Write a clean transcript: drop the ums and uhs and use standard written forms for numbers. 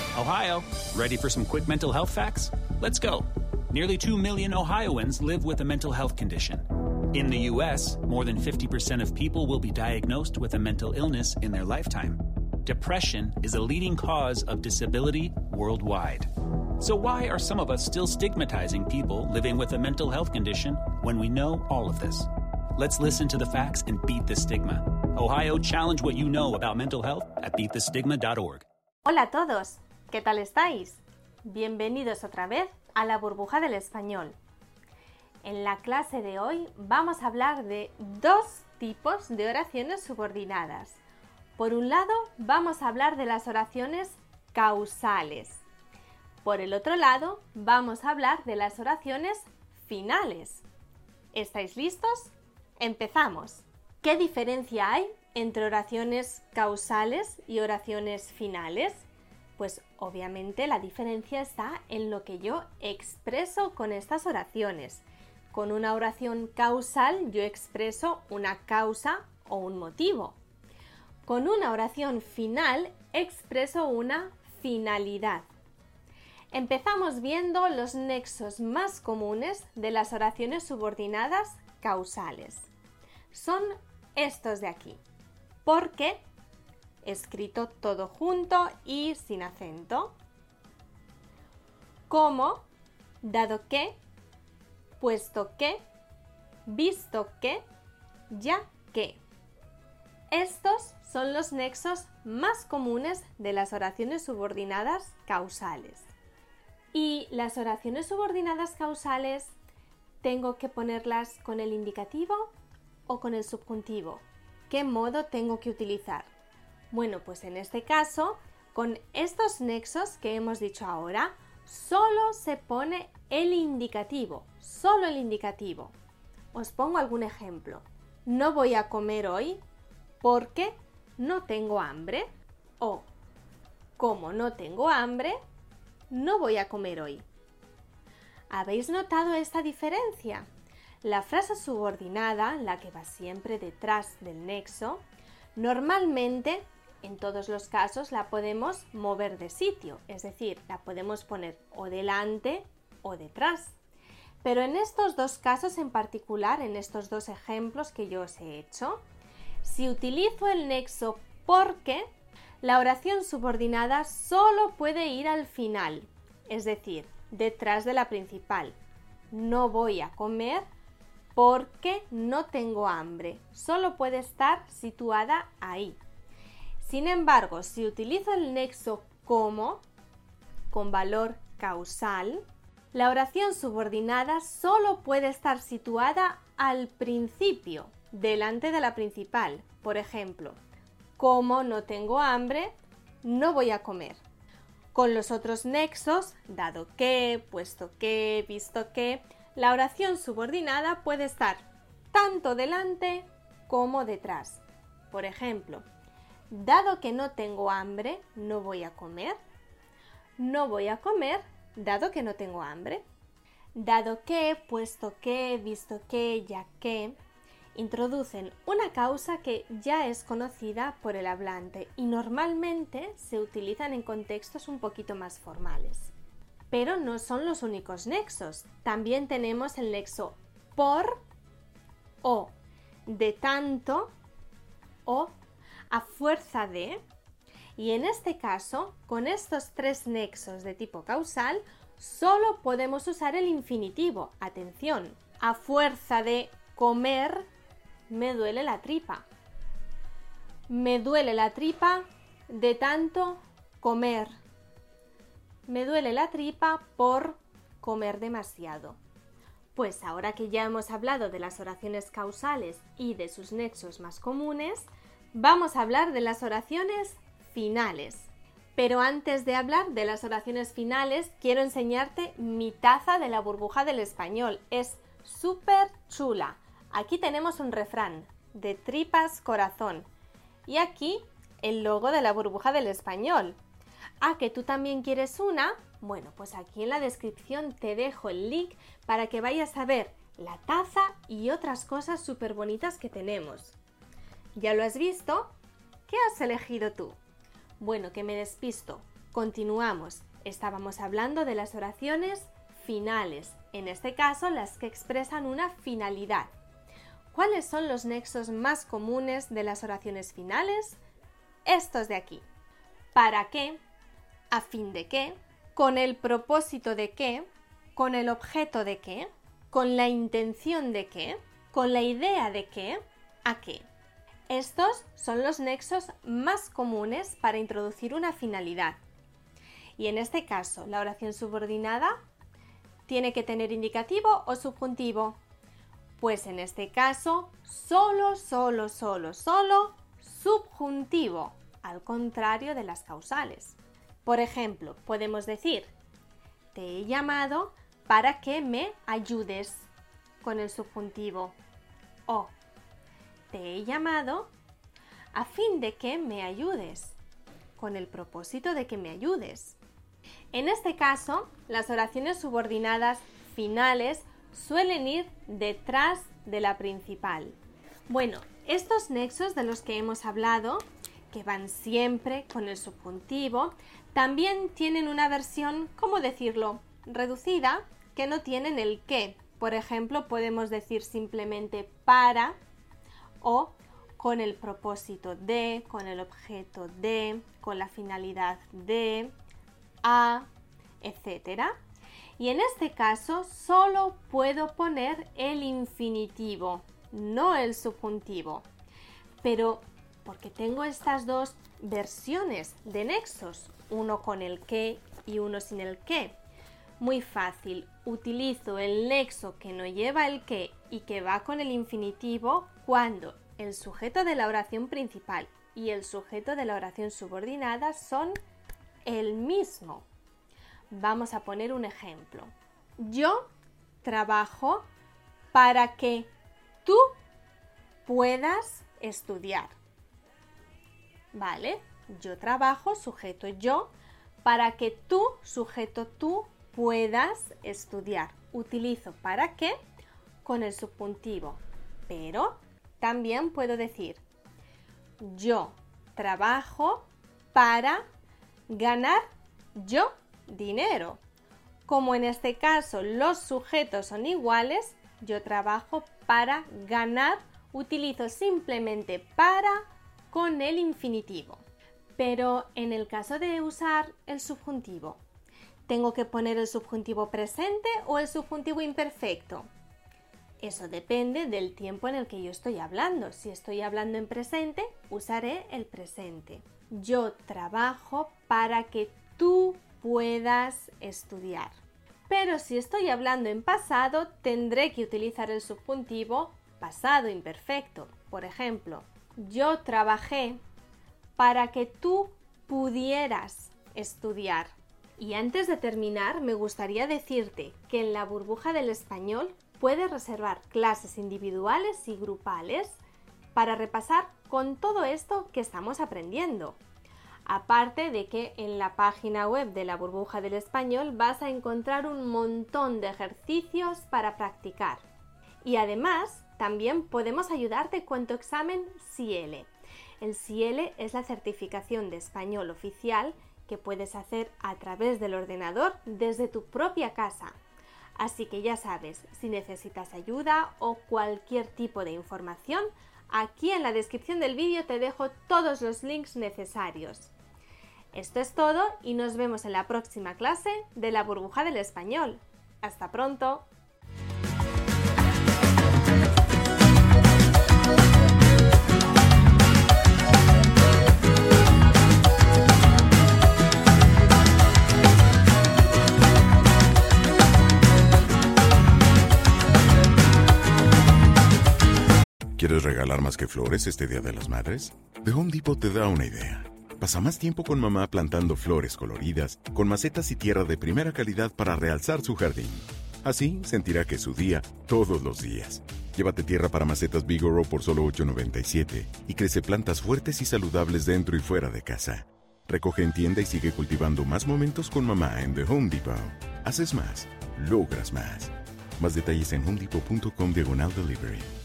Ohio, ready for some quick mental health facts? Let's go. Nearly 2 million Ohioans live with a mental health condition. In the U.S., more than 50% of people will be diagnosed with a mental illness in their lifetime. Depression is a leading cause of disability worldwide. So why are some of us still stigmatizing people living with a mental health condition when we know all of this? Let's listen to the facts and beat the stigma. Ohio, challenge what you know about mental health at beatthestigma.org. Hola a todos, ¿qué tal estáis? Bienvenidos otra vez a la burbuja del español. En la clase de hoy vamos a hablar de dos tipos de oraciones subordinadas. Por un lado, vamos a hablar de las oraciones causales. Por el otro lado, vamos a hablar de las oraciones finales. ¿Estáis listos? ¡Empezamos! ¿Qué diferencia hay entre oraciones causales y oraciones finales? Pues obviamente la diferencia está en lo que yo expreso con estas oraciones. Con una oración causal yo expreso una causa o un motivo. Con una oración final expreso una finalidad. Empezamos viendo los nexos más comunes de las oraciones subordinadas causales. Son estos de aquí. Porque, escrito todo junto y sin acento. Como, dado que, puesto que, visto que, ya que. Estos son los nexos más comunes de las oraciones subordinadas causales. Y las oraciones subordinadas causales, ¿tengo que ponerlas con el indicativo o con el subjuntivo? ¿Qué modo tengo que utilizar? Bueno, pues en este caso, con estos nexos que hemos dicho ahora, solo se pone el indicativo, solo el indicativo. Os pongo algún ejemplo. No voy a comer hoy porque no tengo hambre. O, como no tengo hambre, no voy a comer hoy. ¿Habéis notado esta diferencia? La frase subordinada, la que va siempre detrás del nexo, normalmente, en todos los casos, la podemos mover de sitio, es decir, la podemos poner o delante o detrás. Pero en estos dos casos en particular, en estos dos ejemplos que yo os he hecho, si utilizo el nexo porque, la oración subordinada solo puede ir al final, es decir, detrás de la principal. No voy a comer porque no tengo hambre. Solo puede estar situada ahí. Sin embargo, si utilizo el nexo como, con valor causal, la oración subordinada solo puede estar situada al principio, delante de la principal. Por ejemplo, como no tengo hambre, no voy a comer. Con los otros nexos, dado que, puesto que, visto que, la oración subordinada puede estar tanto delante como detrás. Por ejemplo, dado que no tengo hambre, no voy a comer. No voy a comer, dado que no tengo hambre. Dado que, puesto que, visto que, ya que, introducen una causa que ya es conocida por el hablante y normalmente se utilizan en contextos un poquito más formales. Pero no son los únicos nexos. También tenemos el nexo por o de tanto o a fuerza de. Y en este caso, con estos tres nexos de tipo causal, solo podemos usar el infinitivo. Atención, a fuerza de comer, me duele la tripa. Me duele la tripa de tanto comer. Me duele la tripa por comer demasiado. Pues ahora que ya hemos hablado de las oraciones causales y de sus nexos más comunes, vamos a hablar de las oraciones finales. Pero antes de hablar de las oraciones finales, quiero enseñarte mi taza de la burbuja del español. Es súper chula. Aquí tenemos un refrán, de tripas corazón. Y aquí el logo de la burbuja del español. ¿Ah, que tú también quieres una? Bueno, pues aquí en la descripción te dejo el link para que vayas a ver la taza y otras cosas súper bonitas que tenemos. ¿Ya lo has visto? ¿Qué has elegido tú? Bueno, que me despisto. Continuamos. Estábamos hablando de las oraciones finales, en este caso las que expresan una finalidad. ¿Cuáles son los nexos más comunes de las oraciones finales? Estos de aquí. ¿Para qué? ¿A fin de qué? ¿Con el propósito de qué? ¿Con el objeto de qué? ¿Con la intención de qué? ¿Con la idea de qué? ¿A qué? Estos son los nexos más comunes para introducir una finalidad. Y en este caso, la oración subordinada tiene que tener indicativo o subjuntivo. Pues en este caso, solo subjuntivo, al contrario de las causales. Por ejemplo, podemos decir, te he llamado para que me ayudes, con el subjuntivo. O, te he llamado a fin de que me ayudes, con el propósito de que me ayudes. En este caso, las oraciones subordinadas finales suelen ir detrás de la principal. Bueno, estos nexos de los que hemos hablado, que van siempre con el subjuntivo, también tienen una versión, ¿cómo decirlo?, reducida, que no tienen el qué. Por ejemplo, podemos decir simplemente para o con el propósito de, con el objeto de, con la finalidad de, a, etc. Y en este caso solo puedo poner el infinitivo, no el subjuntivo. Pero porque tengo estas dos versiones de nexos, uno con el qué y uno sin el qué. Muy fácil, utilizo el nexo que no lleva el qué y que va con el infinitivo cuando el sujeto de la oración principal y el sujeto de la oración subordinada son el mismo. Vamos a poner un ejemplo. Yo trabajo para que tú puedas estudiar. ¿Vale? Yo trabajo, sujeto yo, para que tú, sujeto tú, puedas estudiar. Utilizo para qué con el subjuntivo, pero también puedo decir yo trabajo para ganar yo dinero. Como en este caso los sujetos son iguales, yo trabajo para ganar, utilizo simplemente para con el infinitivo. Pero en el caso de usar el subjuntivo, ¿tengo que poner el subjuntivo presente o el subjuntivo imperfecto? Eso depende del tiempo en el que yo estoy hablando. Si estoy hablando en presente, usaré el presente. Yo trabajo para que tú puedas estudiar. Pero si estoy hablando en pasado, tendré que utilizar el subjuntivo pasado imperfecto. Por ejemplo, yo trabajé para que tú pudieras estudiar. Y antes de terminar, me gustaría decirte que en la burbuja del español puedes reservar clases individuales y grupales para repasar con todo esto que estamos aprendiendo. Aparte de que en la página web de la burbuja del español vas a encontrar un montón de ejercicios para practicar. Y además, también podemos ayudarte con tu examen CIELE. El CIELE es la certificación de español oficial que puedes hacer a través del ordenador desde tu propia casa. Así que ya sabes, si necesitas ayuda o cualquier tipo de información, aquí en la descripción del vídeo te dejo todos los links necesarios. Esto es todo y nos vemos en la próxima clase de la burbuja del español. ¡Hasta pronto! ¿Quieres regalar más que flores este Día de las Madres? The Home Depot te da una idea. Pasa más tiempo con mamá plantando flores coloridas, con macetas y tierra de primera calidad para realzar su jardín. Así sentirá que es su día todos los días. Llévate tierra para macetas Vigoro por solo $8.97 y crece plantas fuertes y saludables dentro y fuera de casa. Recoge en tienda y sigue cultivando más momentos con mamá en The Home Depot. Haces más, logras más. Más detalles en homedepot.com/delivery.